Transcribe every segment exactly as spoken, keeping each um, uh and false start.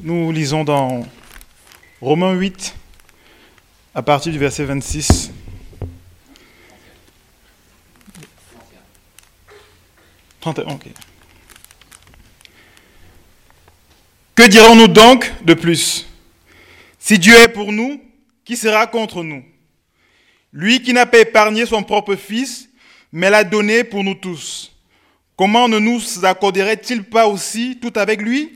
Nous lisons dans Romains huit, à partir du verset vingt-six. trente et un, ok. Que dirons-nous donc de plus? Si Dieu est pour nous, qui sera contre nous? Lui qui n'a pas épargné son propre Fils, mais l'a donné pour nous tous. Comment ne nous accorderait-il pas aussi tout avec lui?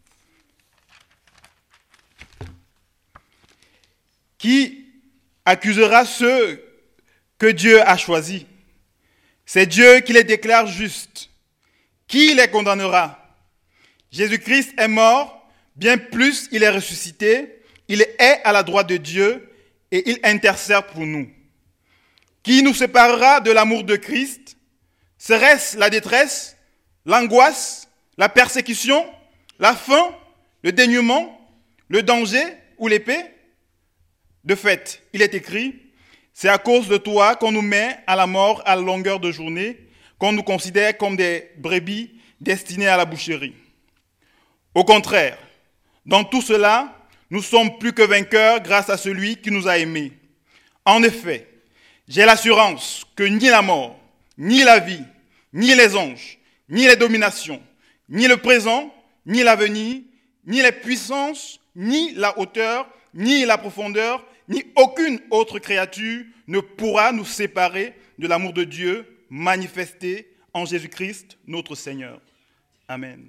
Qui accusera ceux que Dieu a choisis? C'est Dieu qui les déclare justes. Qui les condamnera? Jésus-Christ est mort, bien plus il est ressuscité, il est à la droite de Dieu et il intercède pour nous. Qui nous séparera de l'amour de Christ? Serait-ce la détresse, l'angoisse, la persécution, la faim, le dénuement, le danger ou l'épée? De fait, il est écrit, c'est à cause de toi qu'on nous met à la mort à longueur de journée, qu'on nous considère comme des brebis destinées à la boucherie. Au contraire, dans tout cela, nous sommes plus que vainqueurs grâce à celui qui nous a aimés. En effet, j'ai l'assurance que ni la mort, ni la vie, ni les anges, ni les dominations, ni le présent, ni l'avenir, ni les puissances, ni la hauteur, ni la profondeur, ni aucune autre créature ne pourra nous séparer de l'amour de Dieu manifesté en Jésus-Christ, notre Seigneur. Amen.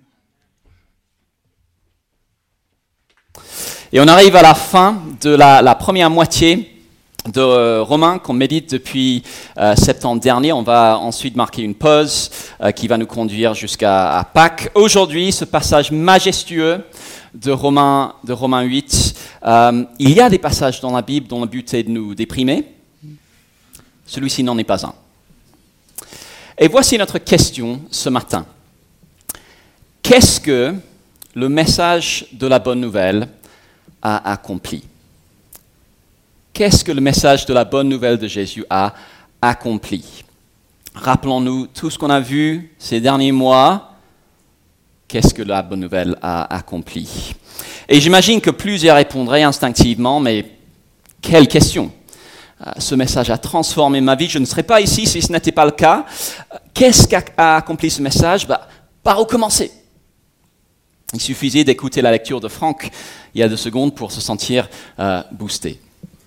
Et on arrive à la fin de la, la première moitié de euh, Romains qu'on médite depuis euh, septembre dernier. On va ensuite marquer une pause euh, qui va nous conduire jusqu'à à Pâques. Aujourd'hui, ce passage majestueux de Romains, de Romains huit. Euh, il y a des passages dans la Bible dont le but est de nous déprimer. Celui-ci n'en est pas un. Et voici notre question ce matin. Qu'est-ce que le message de la bonne nouvelle a accompli? Qu'est-ce que le message de la bonne nouvelle de Jésus a accompli? Rappelons-nous tout ce qu'on a vu ces derniers mois. Qu'est-ce que la bonne nouvelle a accompli? Et j'imagine que plusieurs répondraient instinctivement, mais quelle question! Ce message a transformé ma vie. Je ne serais pas ici si ce n'était pas le cas. Qu'est-ce qu'a accompli ce message? Bah, par où commencer? Il suffisait d'écouter la lecture de Franck il y a deux secondes pour se sentir euh, boosté.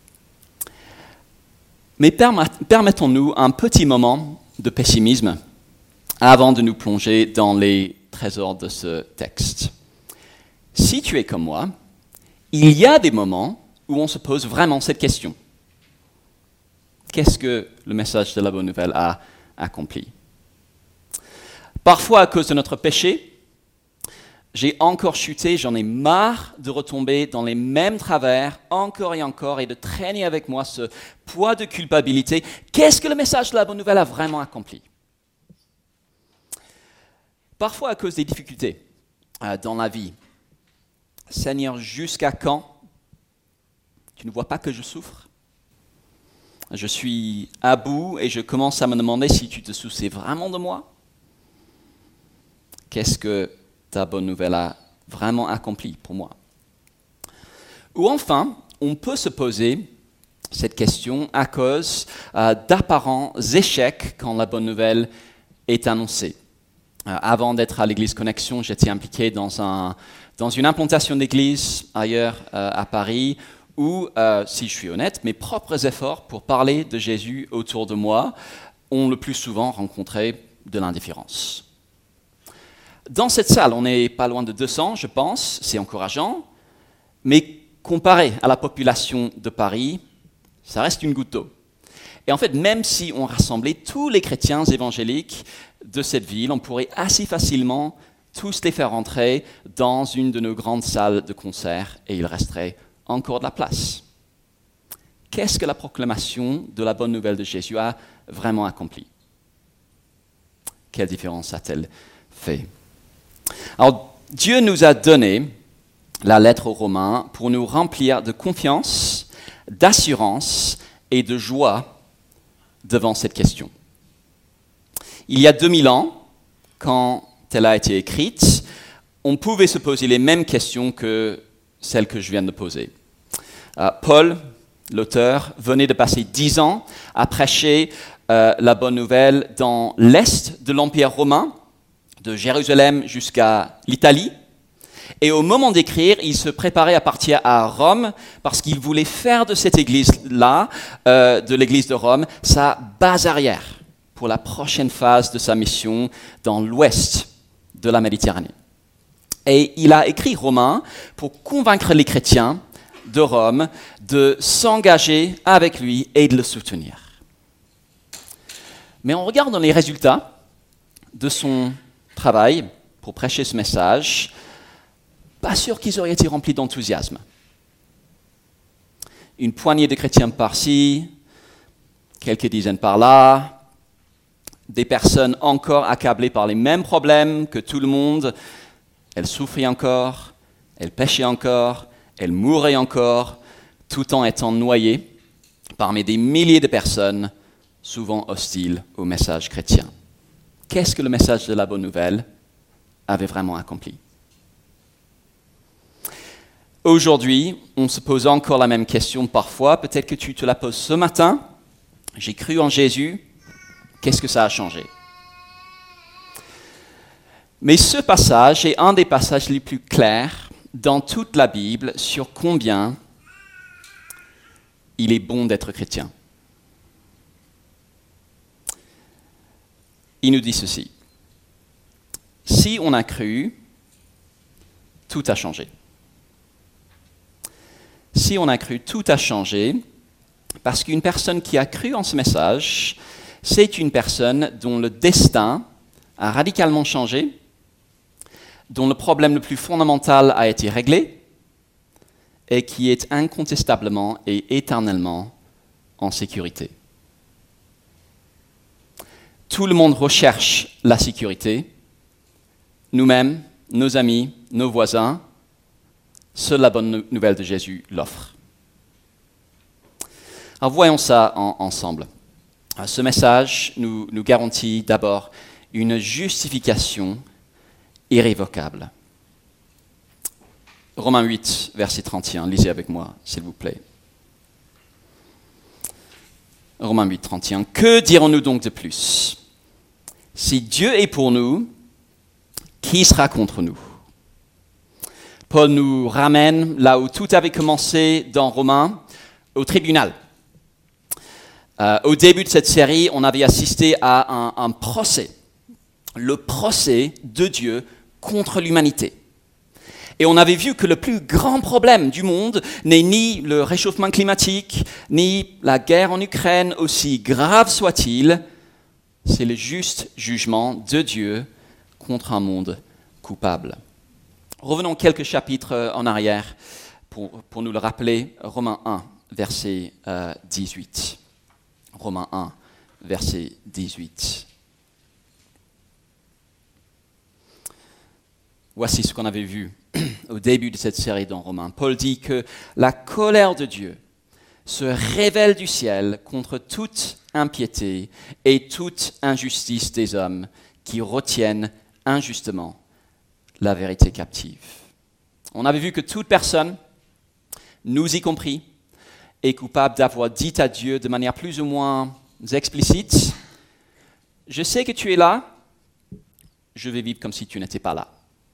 Mais permettons-nous un petit moment de pessimisme avant de nous plonger dans les trésors de ce texte. Si tu es comme moi, il y a des moments où on se pose vraiment cette question. Qu'est-ce que le message de la bonne nouvelle a accompli? Parfois, à cause de notre péché, j'ai encore chuté, j'en ai marre de retomber dans les mêmes travers encore et encore et de traîner avec moi ce poids de culpabilité. Qu'est-ce que le message de la bonne nouvelle a vraiment accompli? Parfois à cause des difficultés euh, dans la vie. Seigneur, jusqu'à quand tu ne vois pas que je souffre? Je suis à bout et je commence à me demander si tu te soucies vraiment de moi. Qu'est-ce que ta bonne nouvelle a vraiment accompli pour moi? Ou enfin, on peut se poser cette question à cause euh, d'apparents échecs quand la bonne nouvelle est annoncée. Euh, avant d'être à l'Église Connexion, j'étais impliqué dans, un, dans une implantation d'église ailleurs euh, à Paris où, euh, si je suis honnête, mes propres efforts pour parler de Jésus autour de moi ont le plus souvent rencontré de l'indifférence. Dans cette salle, on n'est pas loin de deux cents, je pense, c'est encourageant, mais comparé à la population de Paris, ça reste une goutte d'eau. Et en fait, même si on rassemblait tous les chrétiens évangéliques de cette ville, on pourrait assez facilement tous les faire entrer dans une de nos grandes salles de concert et il resterait encore de la place. Qu'est-ce que la proclamation de la bonne nouvelle de Jésus a vraiment accompli? Quelle différence a-t-elle fait? Alors, Dieu nous a donné la lettre aux Romains pour nous remplir de confiance, d'assurance et de joie devant cette question. Il y a deux mille ans, quand elle a été écrite, on pouvait se poser les mêmes questions que celles que je viens de poser. Euh, Paul, l'auteur, venait de passer dix ans à prêcher euh, la bonne nouvelle dans l'est de l'Empire romain, de Jérusalem jusqu'à l'Italie. Et au moment d'écrire, il se préparait à partir à Rome parce qu'il voulait faire de cette église-là, euh, de l'église de Rome, sa base arrière pour la prochaine phase de sa mission dans l'ouest de la Méditerranée. Et il a écrit Romains pour convaincre les chrétiens de Rome de s'engager avec lui et de le soutenir. Mais en regardant les résultats de son travail pour prêcher ce message, pas sûr qu'ils auraient été remplis d'enthousiasme. Une poignée de chrétiens par-ci, quelques dizaines par-là, des personnes encore accablées par les mêmes problèmes que tout le monde. Elles souffraient encore, elles péchaient encore, elles mouraient encore, tout en étant noyées parmi des milliers de personnes, souvent hostiles au message chrétien. Qu'est-ce que le message de la bonne nouvelle avait vraiment accompli ? Aujourd'hui, on se pose encore la même question parfois. Peut-être que tu te la poses ce matin. J'ai cru en Jésus. Qu'est-ce que ça a changé ? Mais ce passage est un des passages les plus clairs dans toute la Bible sur combien il est bon d'être chrétien. Il nous dit ceci. Si on a cru, tout a changé. Si on a cru, tout a changé, parce qu'une personne qui a cru en ce message, c'est une personne dont le destin a radicalement changé, dont le problème le plus fondamental a été réglé, et qui est incontestablement et éternellement en sécurité. Tout le monde recherche la sécurité, nous-mêmes, nos amis, nos voisins. Seule la bonne nouvelle de Jésus l'offre. Alors voyons ça en, ensemble. Ce message nous, nous garantit d'abord une justification irrévocable. Romains huit, verset trente et un, lisez avec moi, s'il vous plaît. Romains huit, trente et un. Que dirons-nous donc de plus ? Si Dieu est pour nous, qui sera contre nous ? Paul nous ramène là où tout avait commencé dans Romains, au tribunal. Euh, au début de cette série, on avait assisté à un, un procès, le procès de Dieu contre l'humanité. Et on avait vu que le plus grand problème du monde n'est ni le réchauffement climatique, ni la guerre en Ukraine, aussi grave soit-il, c'est le juste jugement de Dieu contre un monde coupable. Revenons quelques chapitres en arrière pour, pour nous le rappeler. Romains un, verset euh, dix-huit. Romains un, verset dix-huit. Voici ce qu'on avait vu au début de cette série dans Romains. Paul dit que la colère de Dieu se révèle du ciel contre toute impiété et toute injustice des hommes qui retiennent injustement la vérité captive. On avait vu que toute personne, nous y compris, est coupable d'avoir dit à Dieu de manière plus ou moins explicite, « Je sais que tu es là, je vais vivre comme si tu n'étais pas là. »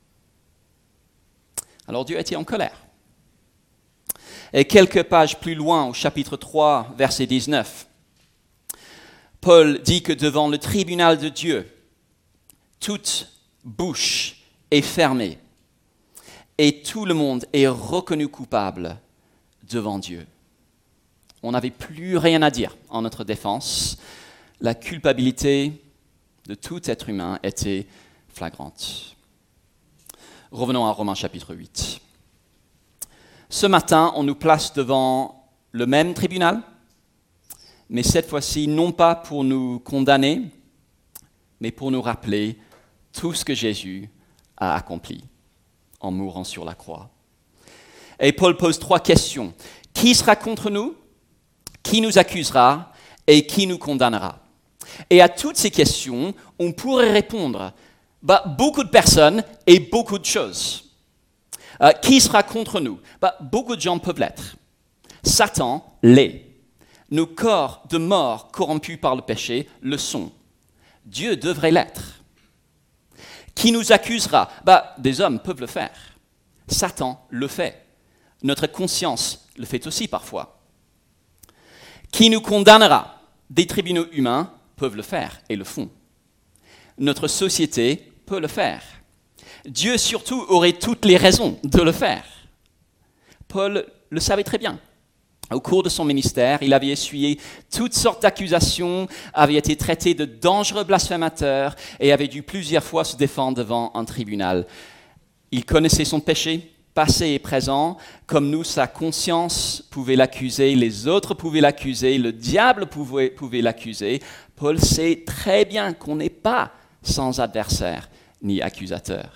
Alors Dieu était en colère. Et quelques pages plus loin, au chapitre trois, verset dix-neuf, Paul dit que devant le tribunal de Dieu, toute bouche est fermée et tout le monde est reconnu coupable devant Dieu. On n'avait plus rien à dire en notre défense. La culpabilité de tout être humain était flagrante. Revenons à Romains chapitre huit. Ce matin, on nous place devant le même tribunal, mais cette fois-ci, non pas pour nous condamner, mais pour nous rappeler tout ce que Jésus a accompli en mourant sur la croix. Et Paul pose trois questions. Qui sera contre nous ? Qui nous accusera ? Et qui nous condamnera ? Et à toutes ces questions, on pourrait répondre, Bah, beaucoup de personnes et beaucoup de choses. Euh, qui sera contre nous? Bah, beaucoup de gens peuvent l'être. Satan l'est. Nos corps de mort corrompus par le péché le sont. Dieu devrait l'être. Qui nous accusera? Bah, des hommes peuvent le faire. Satan le fait. Notre conscience le fait aussi parfois. Qui nous condamnera? Des tribunaux humains peuvent le faire et le font. Notre société peut le faire. Dieu surtout aurait toutes les raisons de le faire. Paul le savait très bien. Au cours de son ministère, il avait essuyé toutes sortes d'accusations, avait été traité de dangereux blasphémateur et avait dû plusieurs fois se défendre devant un tribunal. Il connaissait son péché, passé et présent, comme nous, sa conscience pouvait l'accuser, les autres pouvaient l'accuser, le diable pouvait, pouvait l'accuser. Paul sait très bien qu'on n'est pas sans adversaire ni accusateur.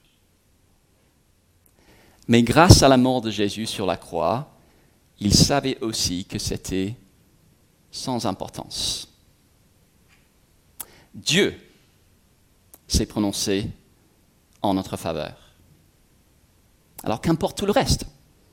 Mais grâce à la mort de Jésus sur la croix, il savait aussi que c'était sans importance. Dieu s'est prononcé en notre faveur. Alors qu'importe tout le reste.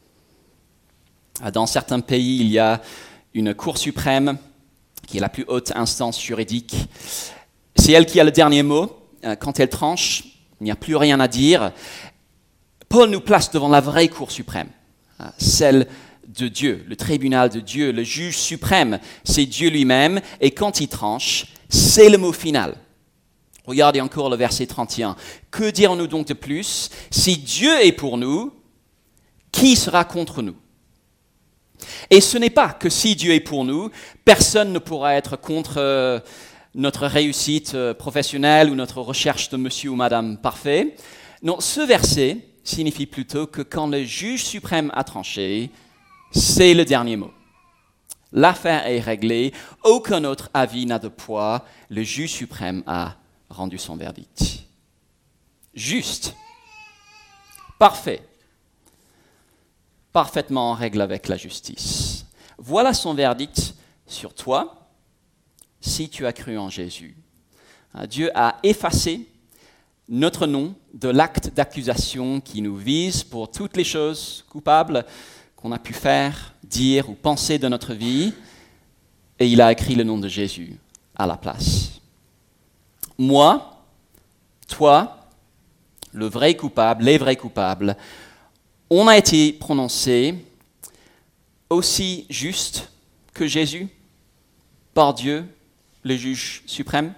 Dans certains pays, il y a une Cour suprême qui est la plus haute instance juridique. C'est elle qui a le dernier mot. Quand elle tranche, il n'y a plus rien à dire. Paul nous place devant la vraie Cour suprême, celle de Dieu, le tribunal de Dieu, le juge suprême, c'est Dieu lui-même, et quand il tranche, c'est le mot final. Regardez encore le verset trente et un. Que dirons-nous donc de plus? Si Dieu est pour nous, qui sera contre nous? Et ce n'est pas que si Dieu est pour nous, personne ne pourra être contre euh, notre réussite euh, professionnelle ou notre recherche de monsieur ou madame parfait. Non, ce verset signifie plutôt que quand le juge suprême a tranché, c'est le dernier mot. L'affaire est réglée, aucun autre avis n'a de poids, le juge suprême a rendu son verdict. Juste, parfait, parfaitement en règle avec la justice. Voilà son verdict sur toi, si tu as cru en Jésus. Dieu a effacé notre nom de l'acte d'accusation qui nous vise pour toutes les choses coupables qu'on a pu faire, dire ou penser de notre vie, et il a écrit le nom de Jésus à la place. Moi, toi, le vrai coupable, les vrais coupables, on a été prononcés aussi juste que Jésus par Dieu, le juge suprême.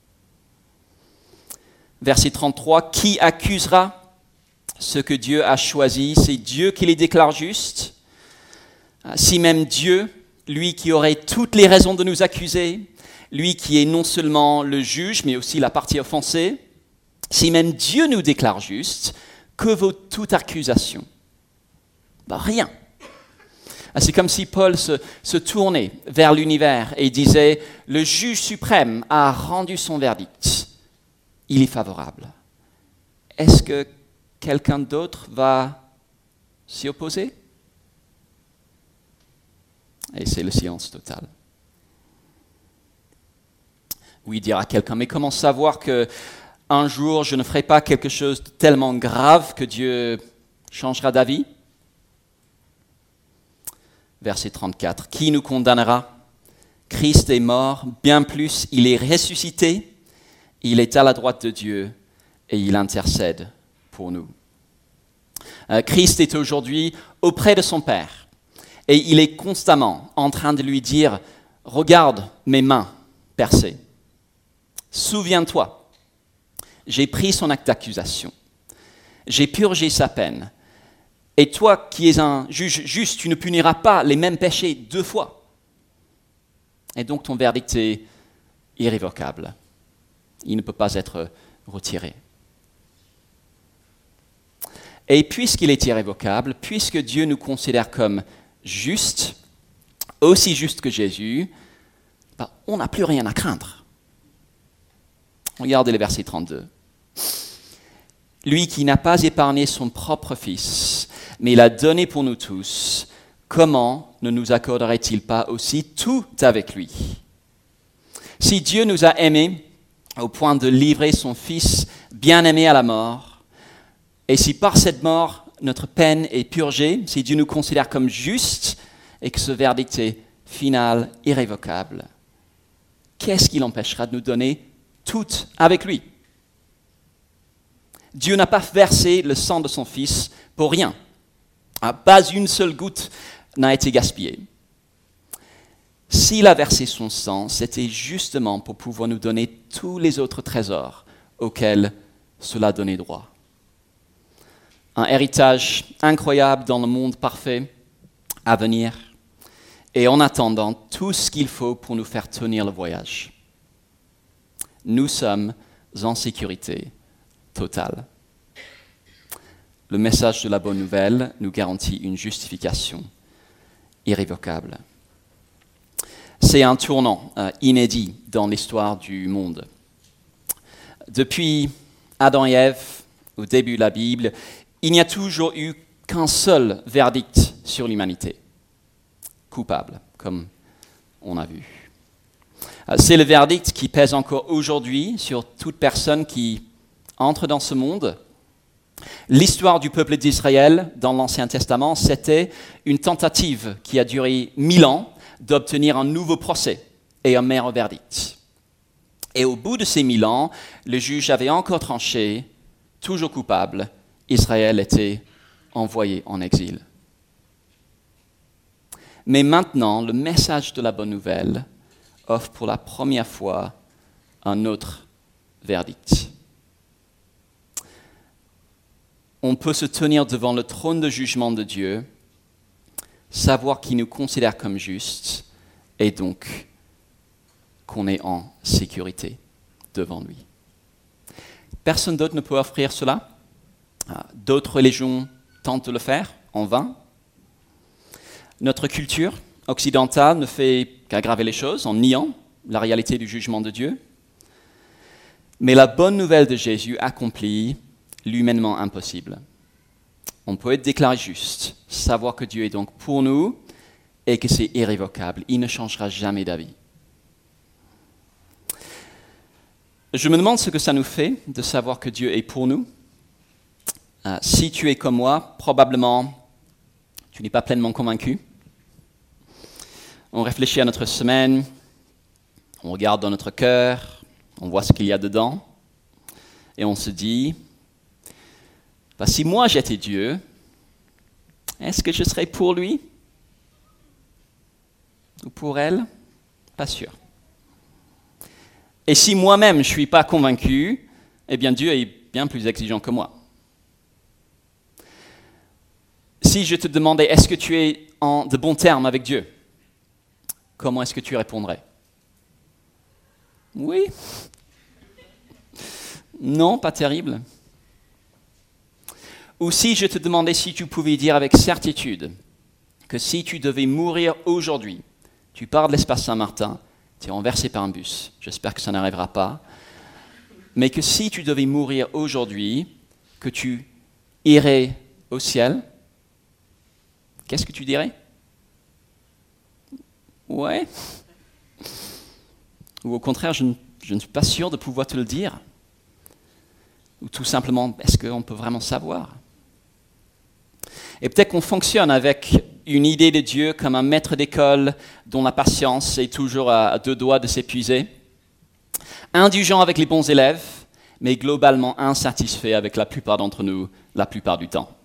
Verset trente-trois, qui accusera ce que Dieu a choisi? C'est Dieu qui les déclare justes. Si même Dieu, lui qui aurait toutes les raisons de nous accuser, lui qui est non seulement le juge, mais aussi la partie offensée, si même Dieu nous déclare justes, que vaut toute accusation? Ben, rien. C'est comme si Paul se, se tournait vers l'univers et disait, le juge suprême a rendu son verdict. Il est favorable. Est-ce que quelqu'un d'autre va s'y opposer? Et c'est le silence total. Oui, dira quelqu'un, mais comment savoir que un jour je ne ferai pas quelque chose de tellement grave que Dieu changera d'avis? Verset trente-quatre. Qui nous condamnera? Christ est mort, bien plus, il est ressuscité, il est à la droite de Dieu et il intercède pour nous. Euh, Christ est aujourd'hui auprès de son Père. Et il est constamment en train de lui dire, regarde mes mains percées. Souviens-toi, j'ai pris son acte d'accusation. J'ai purgé sa peine. Et toi qui es un juge juste, tu ne puniras pas les mêmes péchés deux fois. Et donc ton verdict est irrévocable. Il ne peut pas être retiré. Et puisqu'il est irrévocable, puisque Dieu nous considère comme juste, aussi juste que Jésus, ben, on n'a plus rien à craindre. Regardez le verset trente-deux. Lui qui n'a pas épargné son propre Fils, mais l'a donné pour nous tous, comment ne nous accorderait-il pas aussi tout avec lui? Si Dieu nous a aimés au point de livrer son Fils bien aimé à la mort, et si par cette mort, notre peine est purgée, si Dieu nous considère comme justes et que ce verdict est final, irrévocable, qu'est-ce qui l'empêchera de nous donner tout avec lui? Dieu n'a pas versé le sang de son Fils pour rien. Pas une seule goutte n'a été gaspillée. S'il a versé son sang, c'était justement pour pouvoir nous donner tous les autres trésors auxquels cela donnait droit. Un héritage incroyable dans le monde parfait à venir, et en attendant tout ce qu'il faut pour nous faire tenir le voyage. Nous sommes en sécurité totale. Le message de la bonne nouvelle nous garantit une justification irrévocable. C'est un tournant euh, inédit dans l'histoire du monde. Depuis Adam et Ève, au début de la Bible, il n'y a toujours eu qu'un seul verdict sur l'humanité. Coupable, comme on a vu. C'est le verdict qui pèse encore aujourd'hui sur toute personne qui entre dans ce monde. L'histoire du peuple d'Israël dans l'Ancien Testament, c'était une tentative qui a duré mille ans d'obtenir un nouveau procès et un meilleur verdict. Et au bout de ces mille ans, le juge avait encore tranché, toujours coupable, Israël était envoyé en exil. Mais maintenant, le message de la bonne nouvelle offre pour la première fois un autre verdict. On peut se tenir devant le trône de jugement de Dieu, savoir qu'il nous considère comme justes et donc qu'on est en sécurité devant lui. Personne d'autre ne peut offrir cela. D'autres religions tentent de le faire en vain. Notre culture occidentale ne fait qu'aggraver les choses en niant la réalité du jugement de Dieu. Mais la bonne nouvelle de Jésus accomplit l'humainement impossible. On peut être déclaré juste, savoir que Dieu est donc pour nous et que c'est irrévocable. Il ne changera jamais d'avis. Je me demande ce que ça nous fait de savoir que Dieu est pour nous. Euh, si tu es comme moi, probablement tu n'es pas pleinement convaincu. On réfléchit à notre semaine, on regarde dans notre cœur, on voit ce qu'il y a dedans, et on se dit, bah, si moi j'étais Dieu, est-ce que je serais pour lui ou pour elle? Pas sûr. Et si moi-même je ne suis pas convaincu, eh bien Dieu est bien plus exigeant que moi. Si je te demandais, est-ce que tu es en de bons termes avec Dieu? Comment est-ce que tu répondrais? Oui. Non, pas terrible. Ou si je te demandais si tu pouvais dire avec certitude que si tu devais mourir aujourd'hui, tu pars de l'espace Saint-Martin, tu es renversé par un bus, j'espère que ça n'arrivera pas, mais que si tu devais mourir aujourd'hui, que tu irais au ciel, qu'est-ce que tu dirais? Ouais. Ou au contraire, je ne, je ne suis pas sûr de pouvoir te le dire. Ou tout simplement, est-ce qu'on peut vraiment savoir? Et peut-être qu'on fonctionne avec une idée de Dieu comme un maître d'école dont la patience est toujours à deux doigts de s'épuiser, indulgent avec les bons élèves, mais globalement insatisfait avec la plupart d'entre nous la plupart du temps.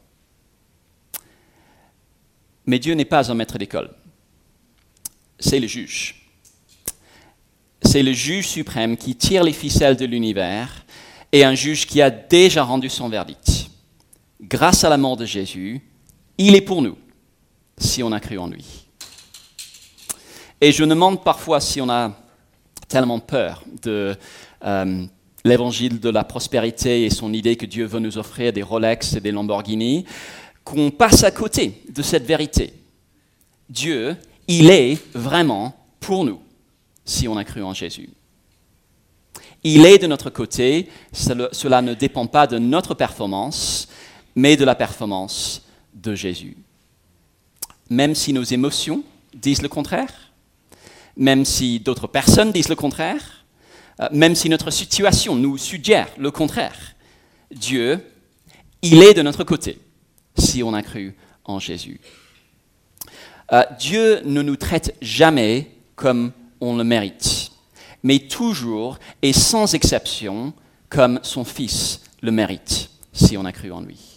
Mais Dieu n'est pas un maître d'école. C'est le juge. C'est le juge suprême qui tire les ficelles de l'univers et un juge qui a déjà rendu son verdict. Grâce à la mort de Jésus, il est pour nous, si on a cru en lui. Et je me demande parfois si on a tellement peur de euh, l'évangile de la prospérité et son idée que Dieu veut nous offrir des Rolex et des Lamborghini, qu'on passe à côté de cette vérité. Dieu, il est vraiment pour nous, si on a cru en Jésus. Il est de notre côté, cela ne dépend pas de notre performance, mais de la performance de Jésus. Même si nos émotions disent le contraire, même si d'autres personnes disent le contraire, même si notre situation nous suggère le contraire, Dieu, il est de notre côté, si on a cru en Jésus. Euh, Dieu ne nous traite jamais comme on le mérite, mais toujours et sans exception comme son Fils le mérite, si on a cru en lui.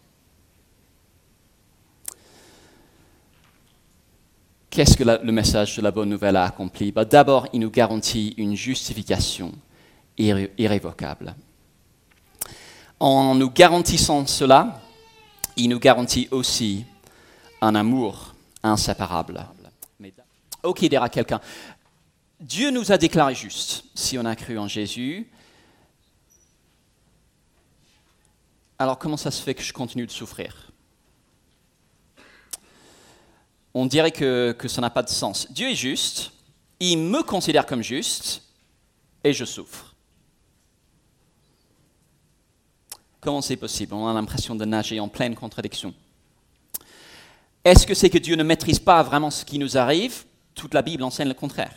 Qu'est-ce que la, le message de la bonne nouvelle a accompli? Ben, d'abord, il nous garantit une justification irré- irrévocable. En nous garantissant cela, il nous garantit aussi un amour inséparable. Ok, dira quelqu'un, Dieu nous a déclarés justes si on a cru en Jésus. Alors comment ça se fait que je continue de souffrir? On dirait que, que ça n'a pas de sens. Dieu est juste, il me considère comme juste, et je souffre. Comment c'est possible? On a l'impression de nager en pleine contradiction. Est-ce que c'est que Dieu ne maîtrise pas vraiment ce qui nous arrive? Toute la Bible enseigne le contraire.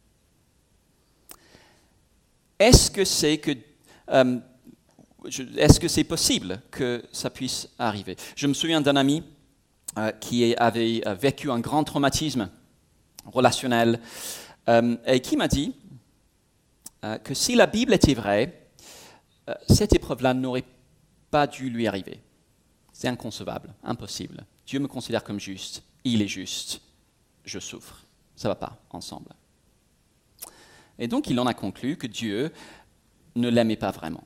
Est-ce que c'est que... Euh, je, est-ce que c'est possible que ça puisse arriver? Je me souviens d'un ami Euh, qui avait euh, vécu un grand traumatisme relationnel euh, et qui m'a dit euh, que si la Bible était vraie, euh, cette épreuve-là n'aurait pas dû lui arriver. C'est inconcevable, impossible. Dieu me considère comme juste, il est juste, je souffre. Ça ne va pas ensemble. Et donc il en a conclu que Dieu ne l'aimait pas vraiment.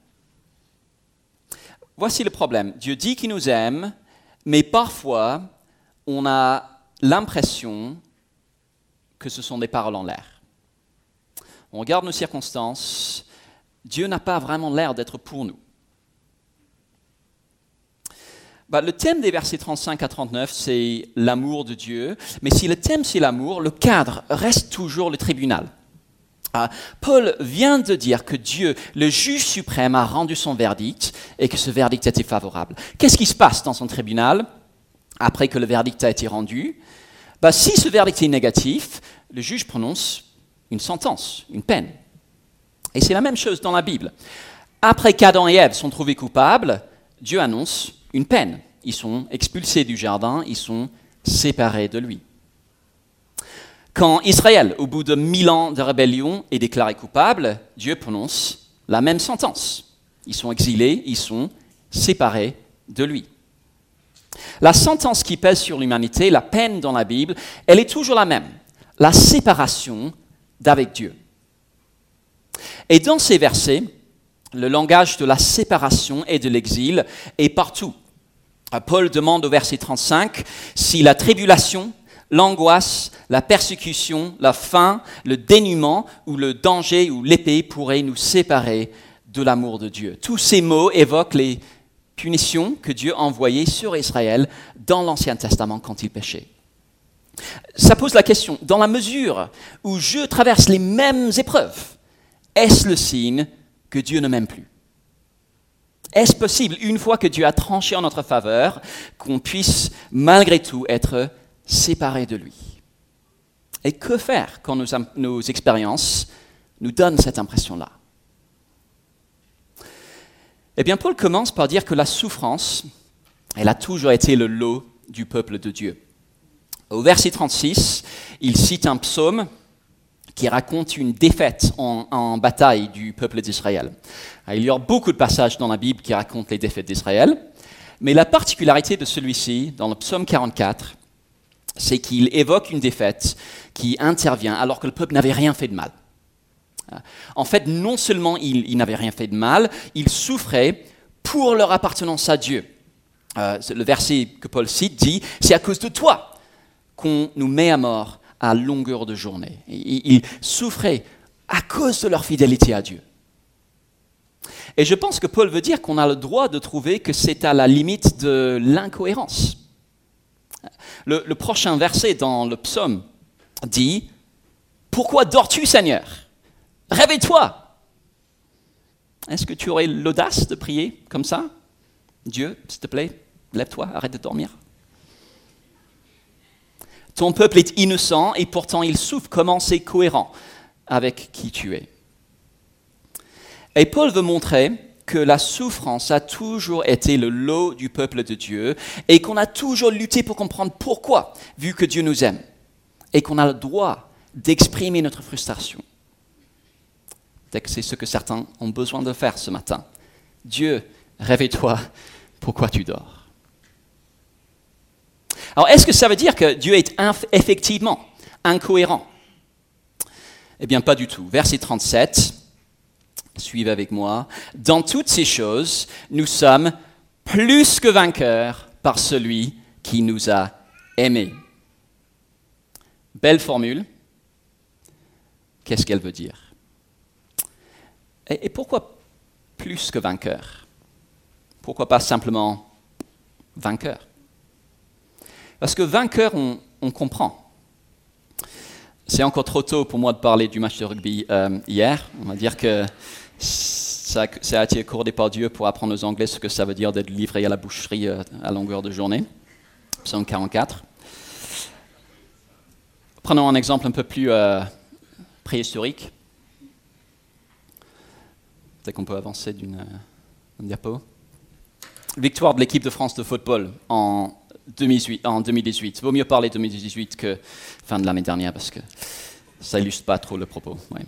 Voici le problème. Dieu dit qu'il nous aime, mais parfois, on a l'impression que ce sont des paroles en l'air. On regarde nos circonstances, Dieu n'a pas vraiment l'air d'être pour nous. Bah, le thème des versets trente-cinq à trente-neuf, c'est l'amour de Dieu, mais si le thème c'est l'amour, le cadre reste toujours le tribunal. Ah, Paul vient de dire que Dieu, le juge suprême, a rendu son verdict et que ce verdict était favorable. Qu'est-ce qui se passe dans son tribunal après que le verdict a été rendu? Bah, si ce verdict est négatif, le juge prononce une sentence, une peine. Et c'est la même chose dans la Bible. Après qu'Adam et Ève sont trouvés coupables, Dieu annonce une peine. Ils sont expulsés du jardin, ils sont séparés de lui. Quand Israël, au bout de mille ans de rébellion, est déclaré coupable, Dieu prononce la même sentence. Ils sont exilés, ils sont séparés de lui. La sentence qui pèse sur l'humanité, la peine dans la Bible, elle est toujours la même, la séparation d'avec Dieu. Et dans ces versets, le langage de la séparation et de l'exil est partout. Paul demande au verset trente-cinq si la tribulation, l'angoisse, la persécution, la faim, le dénuement ou le danger ou l'épée pourraient nous séparer de l'amour de Dieu. Tous ces mots évoquent les punitions que Dieu envoyait sur Israël dans l'Ancien Testament quand il péchait. Ça pose la question, dans la mesure où je traverse les mêmes épreuves, est-ce le signe que Dieu ne m'aime plus? Est-ce possible, une fois que Dieu a tranché en notre faveur, qu'on puisse malgré tout être séparés de lui? Et que faire quand nos, nos expériences nous donnent cette impression-là? Eh bien, Paul commence par dire que la souffrance, elle a toujours été le lot du peuple de Dieu. Au verset trente-six, il cite un psaume qui raconte une défaite en, en bataille du peuple d'Israël. Il y a beaucoup de passages dans la Bible qui racontent les défaites d'Israël, mais la particularité de celui-ci, dans le psaume quarante-quatre, c'est qu'il évoque une défaite qui intervient alors que le peuple n'avait rien fait de mal. En fait, non seulement il, il n'avait rien fait de mal, il souffrait pour leur appartenance à Dieu. Euh, le verset que Paul cite dit « C'est à cause de toi qu'on nous met à mort à longueur de journée. » Ils souffraient à cause de leur fidélité à Dieu. Et je pense que Paul veut dire qu'on a le droit de trouver que c'est à la limite de l'incohérence. Le, le prochain verset dans le psaume dit « Pourquoi dors-tu, Seigneur ? Réveille-toi !» Est-ce que tu aurais l'audace de prier comme ça? Dieu, s'il te plaît, lève-toi, arrête de dormir. Ton peuple est innocent et pourtant il souffre. Comment c'est cohérent avec qui tu es? Et Paul veut montrer que la souffrance a toujours été le lot du peuple de Dieu et qu'on a toujours lutté pour comprendre pourquoi, vu que Dieu nous aime, et qu'on a le droit d'exprimer notre frustration. Peut-être que c'est ce que certains ont besoin de faire ce matin. Dieu, réveille-toi, pourquoi tu dors? Alors, est-ce que ça veut dire que Dieu est inf- effectivement incohérent? Eh bien, pas du tout. Verset trente-sept, suivez avec moi. Dans toutes ces choses, nous sommes plus que vainqueurs par celui qui nous a aimés. Belle formule. Qu'est-ce qu'elle veut dire? Et, et pourquoi plus que vainqueur? Pourquoi pas simplement vainqueur? Parce que vainqueur, on, on comprend. C'est encore trop tôt pour moi de parler du match de rugby euh, hier. On va dire que ça, ça a été accordé par Dieu pour apprendre aux Anglais ce que ça veut dire d'être livré à la boucherie euh, à longueur de journée. Psaume quarante-quatre. Prenons un exemple un peu plus euh, préhistorique. Peut-être qu'on peut avancer d'une euh, diapo. Victoire de l'équipe de France de football en deux mille dix-huit. En deux mille dix-huit. Vaut mieux parler de deux mille dix-huit que fin de l'année dernière parce que ça illustre pas trop le propos. Ouais.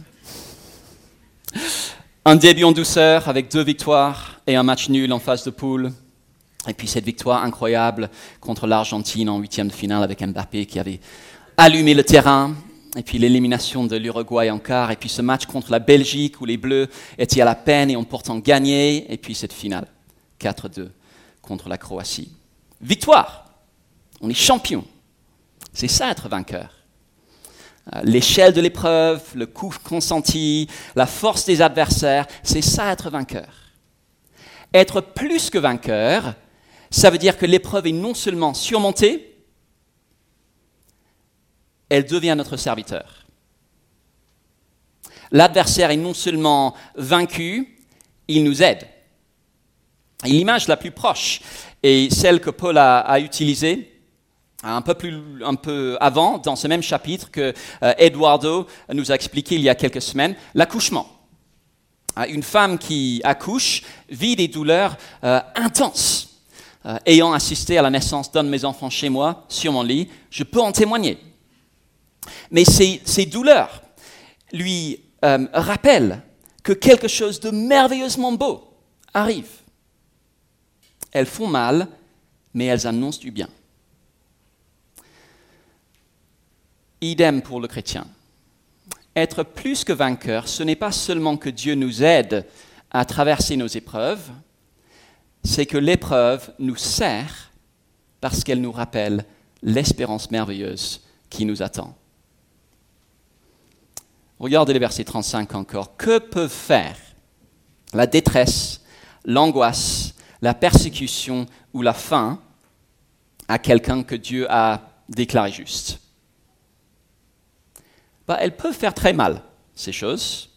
Un début en douceur avec deux victoires et un match nul en phase de poule. Et puis cette victoire incroyable contre l'Argentine en huitième de finale avec Mbappé qui avait allumé le terrain. Et puis l'élimination de l'Uruguay en quart. Et puis ce match contre la Belgique où les Bleus étaient à la peine et ont pourtant gagné. Et puis cette finale, quatre deux contre la Croatie. Victoire! On est champion. C'est ça être vainqueur. L'échelle de l'épreuve, le coup consenti, la force des adversaires, c'est ça être vainqueur. Être plus que vainqueur, ça veut dire que l'épreuve est non seulement surmontée, elle devient notre serviteur. L'adversaire est non seulement vaincu, il nous aide. Et l'image la plus proche est celle que Paul a, a utilisée un peu, plus, un peu avant, dans ce même chapitre que euh, Eduardo nous a expliqué il y a quelques semaines, l'accouchement. Une femme qui accouche vit des douleurs euh, intenses. Euh, ayant assisté à la naissance d'un de mes enfants chez moi, sur mon lit, je peux en témoigner. Mais ces, ces douleurs lui euh, rappellent que quelque chose de merveilleusement beau arrive. Elles font mal, mais elles annoncent du bien. Idem pour le chrétien. Être plus que vainqueur, ce n'est pas seulement que Dieu nous aide à traverser nos épreuves, c'est que l'épreuve nous sert parce qu'elle nous rappelle l'espérance merveilleuse qui nous attend. Regardez le verset trente-cinq encore. Que peuvent faire la détresse, l'angoisse, la persécution ou la faim à quelqu'un que Dieu a déclaré juste? Bah, elles peuvent faire très mal, ces choses.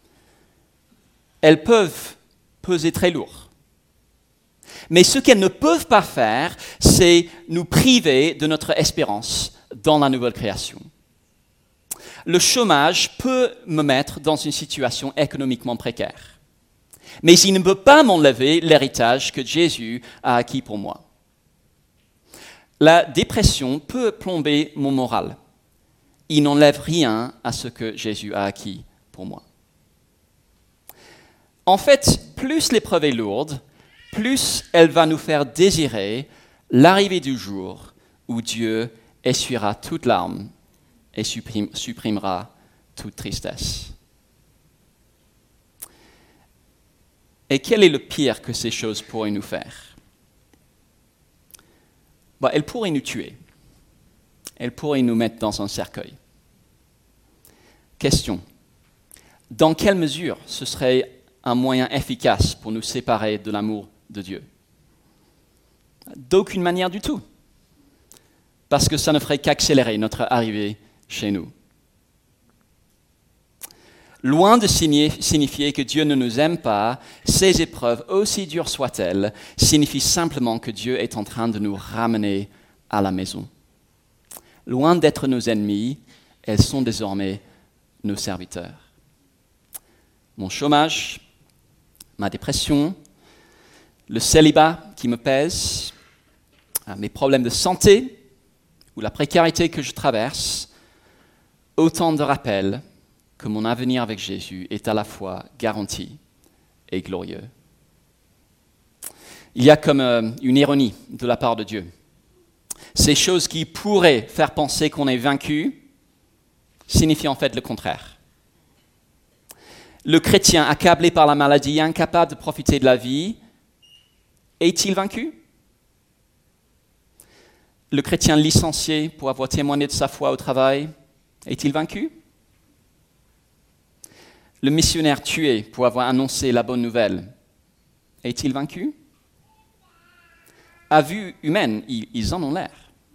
Elles peuvent peser très lourd. Mais ce qu'elles ne peuvent pas faire, c'est nous priver de notre espérance dans la nouvelle création. Le chômage peut me mettre dans une situation économiquement précaire. Mais il ne peut pas m'enlever l'héritage que Jésus a acquis pour moi. La dépression peut plomber mon moral. Il n'enlève rien à ce que Jésus a acquis pour moi. En fait, plus l'épreuve est lourde, plus elle va nous faire désirer l'arrivée du jour où Dieu essuiera toute larme et supprime, supprimera toute tristesse. Et quel est le pire que ces choses pourraient nous faire? Bah, elles pourraient nous tuer. Elles pourraient nous mettre dans un cercueil. Question. Dans quelle mesure ce serait un moyen efficace pour nous séparer de l'amour de Dieu? D'aucune manière du tout. Parce que ça ne ferait qu'accélérer notre arrivée chez nous. Loin de signifier que Dieu ne nous aime pas, ces épreuves, aussi dures soient-elles, signifient simplement que Dieu est en train de nous ramener à la maison. Loin d'être nos ennemis, elles sont désormais nos serviteurs. Mon chômage, ma dépression, le célibat qui me pèse, mes problèmes de santé ou la précarité que je traverse, autant de rappels que mon avenir avec Jésus est à la fois garanti et glorieux. Il y a comme euh, une ironie de la part de Dieu. Ces choses qui pourraient faire penser qu'on est vaincu signifient en fait le contraire. Le chrétien accablé par la maladie, incapable de profiter de la vie, est-il vaincu ? Le chrétien licencié pour avoir témoigné de sa foi au travail, est-il vaincu ? Le missionnaire tué pour avoir annoncé la bonne nouvelle, est-il vaincu ? À vue humaine, ils, ils en ont l'air.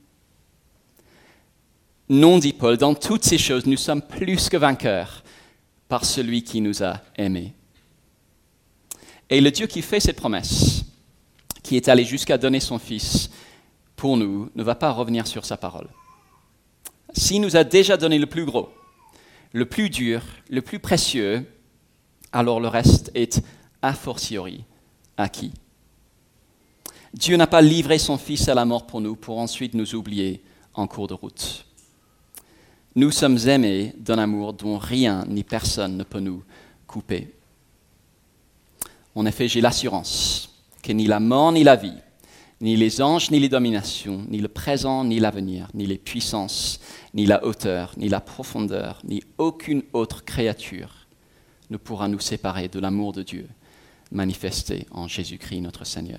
Non, dit Paul, dans toutes ces choses, nous sommes plus que vainqueurs par celui qui nous a aimés. Et le Dieu qui fait cette promesse, qui est allé jusqu'à donner son Fils pour nous, ne va pas revenir sur sa parole. S'il nous a déjà donné le plus gros, le plus dur, le plus précieux, alors le reste est a fortiori acquis. Dieu n'a pas livré son Fils à la mort pour nous, pour ensuite nous oublier en cours de route. Nous sommes aimés d'un amour dont rien ni personne ne peut nous couper. En effet, j'ai l'assurance que ni la mort ni la vie, ni les anges ni les dominations, ni le présent ni l'avenir, ni les puissances, ni la hauteur, ni la profondeur, ni aucune autre créature ne pourra nous séparer de l'amour de Dieu manifesté en Jésus-Christ notre Seigneur.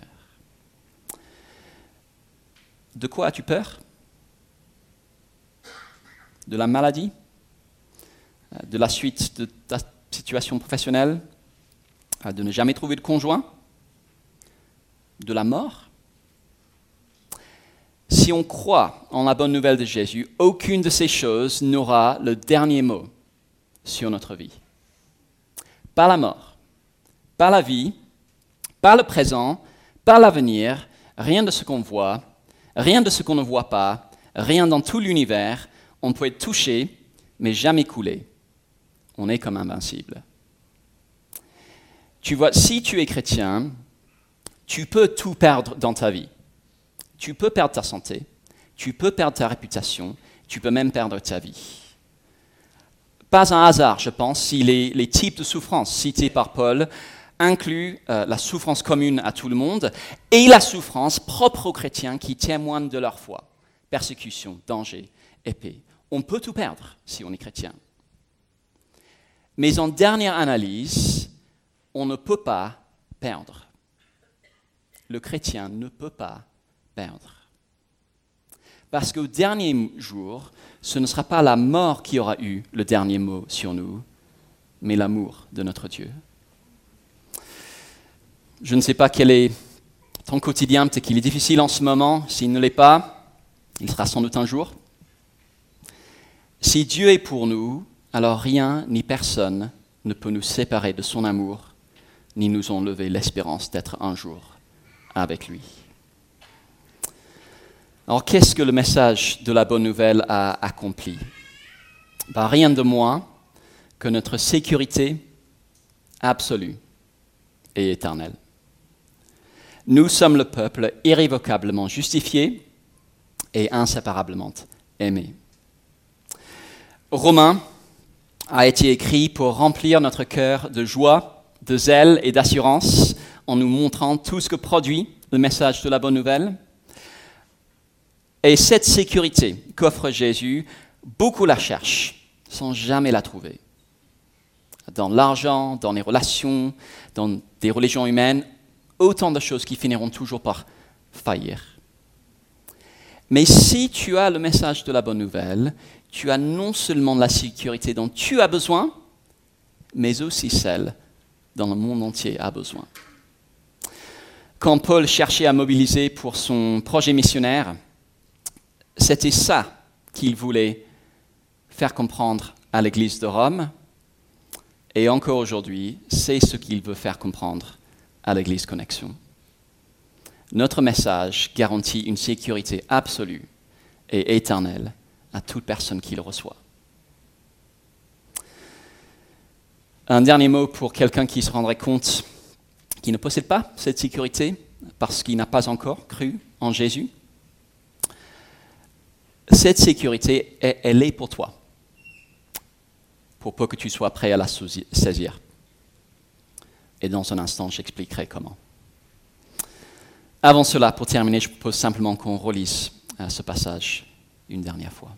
De quoi as-tu peur ? De la maladie ? De la suite de ta situation professionnelle ? De ne jamais trouver de conjoint ? De la mort ? Si on croit en la bonne nouvelle de Jésus, aucune de ces choses n'aura le dernier mot sur notre vie. Pas la mort, pas la vie, pas le présent, pas l'avenir, rien de ce qu'on voit, rien de ce qu'on ne voit pas, rien dans tout l'univers. On peut être touché, mais jamais coulé. On est comme invincible. Tu vois, si tu es chrétien, tu peux tout perdre dans ta vie. Tu peux perdre ta santé, tu peux perdre ta réputation, tu peux même perdre ta vie. Pas un hasard, je pense, si les, les types de souffrances cités par Paul incluent euh, la souffrance commune à tout le monde et la souffrance propre aux chrétiens qui témoignent de leur foi. Persécution, danger, épée. On peut tout perdre si on est chrétien. Mais en dernière analyse, on ne peut pas perdre. Le chrétien ne peut pas perdre. Parce qu'au dernier jour, ce ne sera pas la mort qui aura eu le dernier mot sur nous, mais l'amour de notre Dieu. Je ne sais pas quel est ton quotidien, peut-être qu'il est difficile en ce moment. S'il ne l'est pas, il sera sans doute un jour. Si Dieu est pour nous, alors rien ni personne ne peut nous séparer de son amour, ni nous enlever l'espérance d'être un jour avec lui. Alors, qu'est-ce que le message de la bonne nouvelle a accompli ? Ben, rien de moins que notre sécurité absolue et éternelle. Nous sommes le peuple irrévocablement justifié et inséparablement aimé. Romains a été écrit pour remplir notre cœur de joie, de zèle et d'assurance en nous montrant tout ce que produit le message de la bonne nouvelle. Et cette sécurité qu'offre Jésus, beaucoup la cherchent sans jamais la trouver. Dans l'argent, dans les relations, dans des religions humaines, autant de choses qui finiront toujours par faillir. Mais si tu as le message de la bonne nouvelle, tu as non seulement la sécurité dont tu as besoin, mais aussi celle dont le monde entier a besoin. Quand Paul cherchait à mobiliser pour son projet missionnaire, c'était ça qu'il voulait faire comprendre à l'Église de Rome. Et encore aujourd'hui, c'est ce qu'il veut faire comprendre à l'Église Connexion. Notre message garantit une sécurité absolue et éternelle à toute personne qui le reçoit. Un dernier mot pour quelqu'un qui se rendrait compte qui ne possède pas cette sécurité parce qu'il n'a pas encore cru en Jésus, cette sécurité, elle est pour toi, pour peu que tu sois prêt à la saisir. Et dans un instant, j'expliquerai comment. Avant cela, pour terminer, je propose simplement qu'on relise ce passage une dernière fois.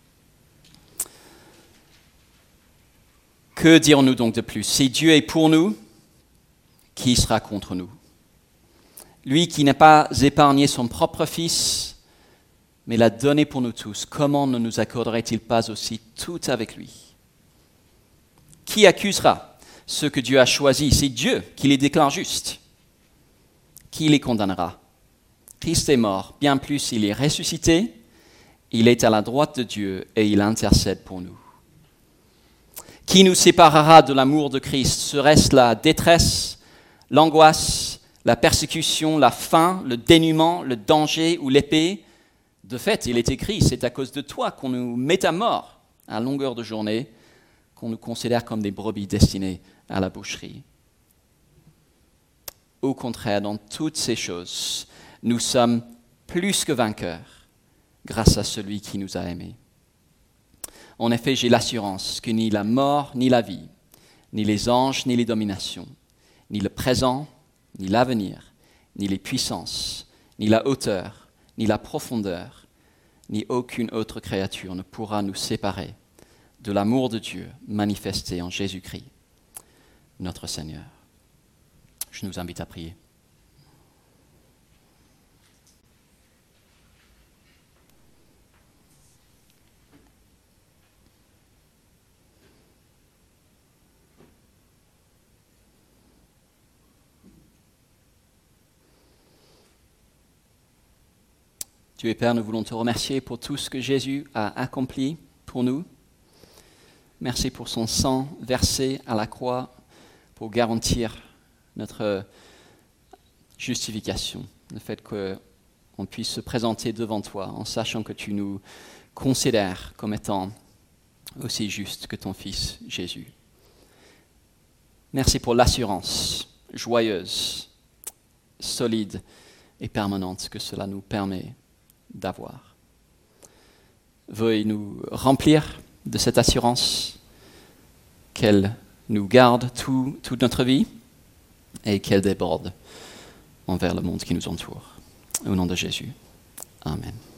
Que dirons-nous donc de plus? Si Dieu est pour nous, qui sera contre nous? Lui qui n'a pas épargné son propre Fils, mais l'a donné pour nous tous, comment ne nous accorderait-il pas aussi tout avec lui? Qui accusera ceux que Dieu a choisis? C'est Dieu qui les déclare justes. Qui les condamnera? Christ est mort, bien plus il est ressuscité, il est à la droite de Dieu et il intercède pour nous. Qui nous séparera de l'amour de Christ? Serait-ce la détresse, l'angoisse, la persécution, la faim, le dénuement, le danger ou l'épée? De fait, il est écrit, c'est à cause de toi qu'on nous met à mort à longueur de journée, qu'on nous considère comme des brebis destinées à la boucherie. Au contraire, dans toutes ces choses, nous sommes plus que vainqueurs grâce à celui qui nous a aimés. En effet, j'ai l'assurance que ni la mort, ni la vie, ni les anges, ni les dominations, ni le présent, ni l'avenir, ni les puissances, ni la hauteur, ni la profondeur, ni aucune autre créature ne pourra nous séparer de l'amour de Dieu manifesté en Jésus-Christ, notre Seigneur. Je nous invite à prier. Dieu et Père, nous voulons te remercier pour tout ce que Jésus a accompli pour nous. Merci pour son sang versé à la croix pour garantir notre justification, le fait qu'on puisse se présenter devant toi en sachant que tu nous considères comme étant aussi justes que ton Fils Jésus. Merci pour l'assurance joyeuse, solide et permanente que cela nous permet d'avoir. Veuille nous remplir de cette assurance, qu'elle nous garde tout, toute notre vie et qu'elle déborde envers le monde qui nous entoure. Au nom de Jésus. Amen.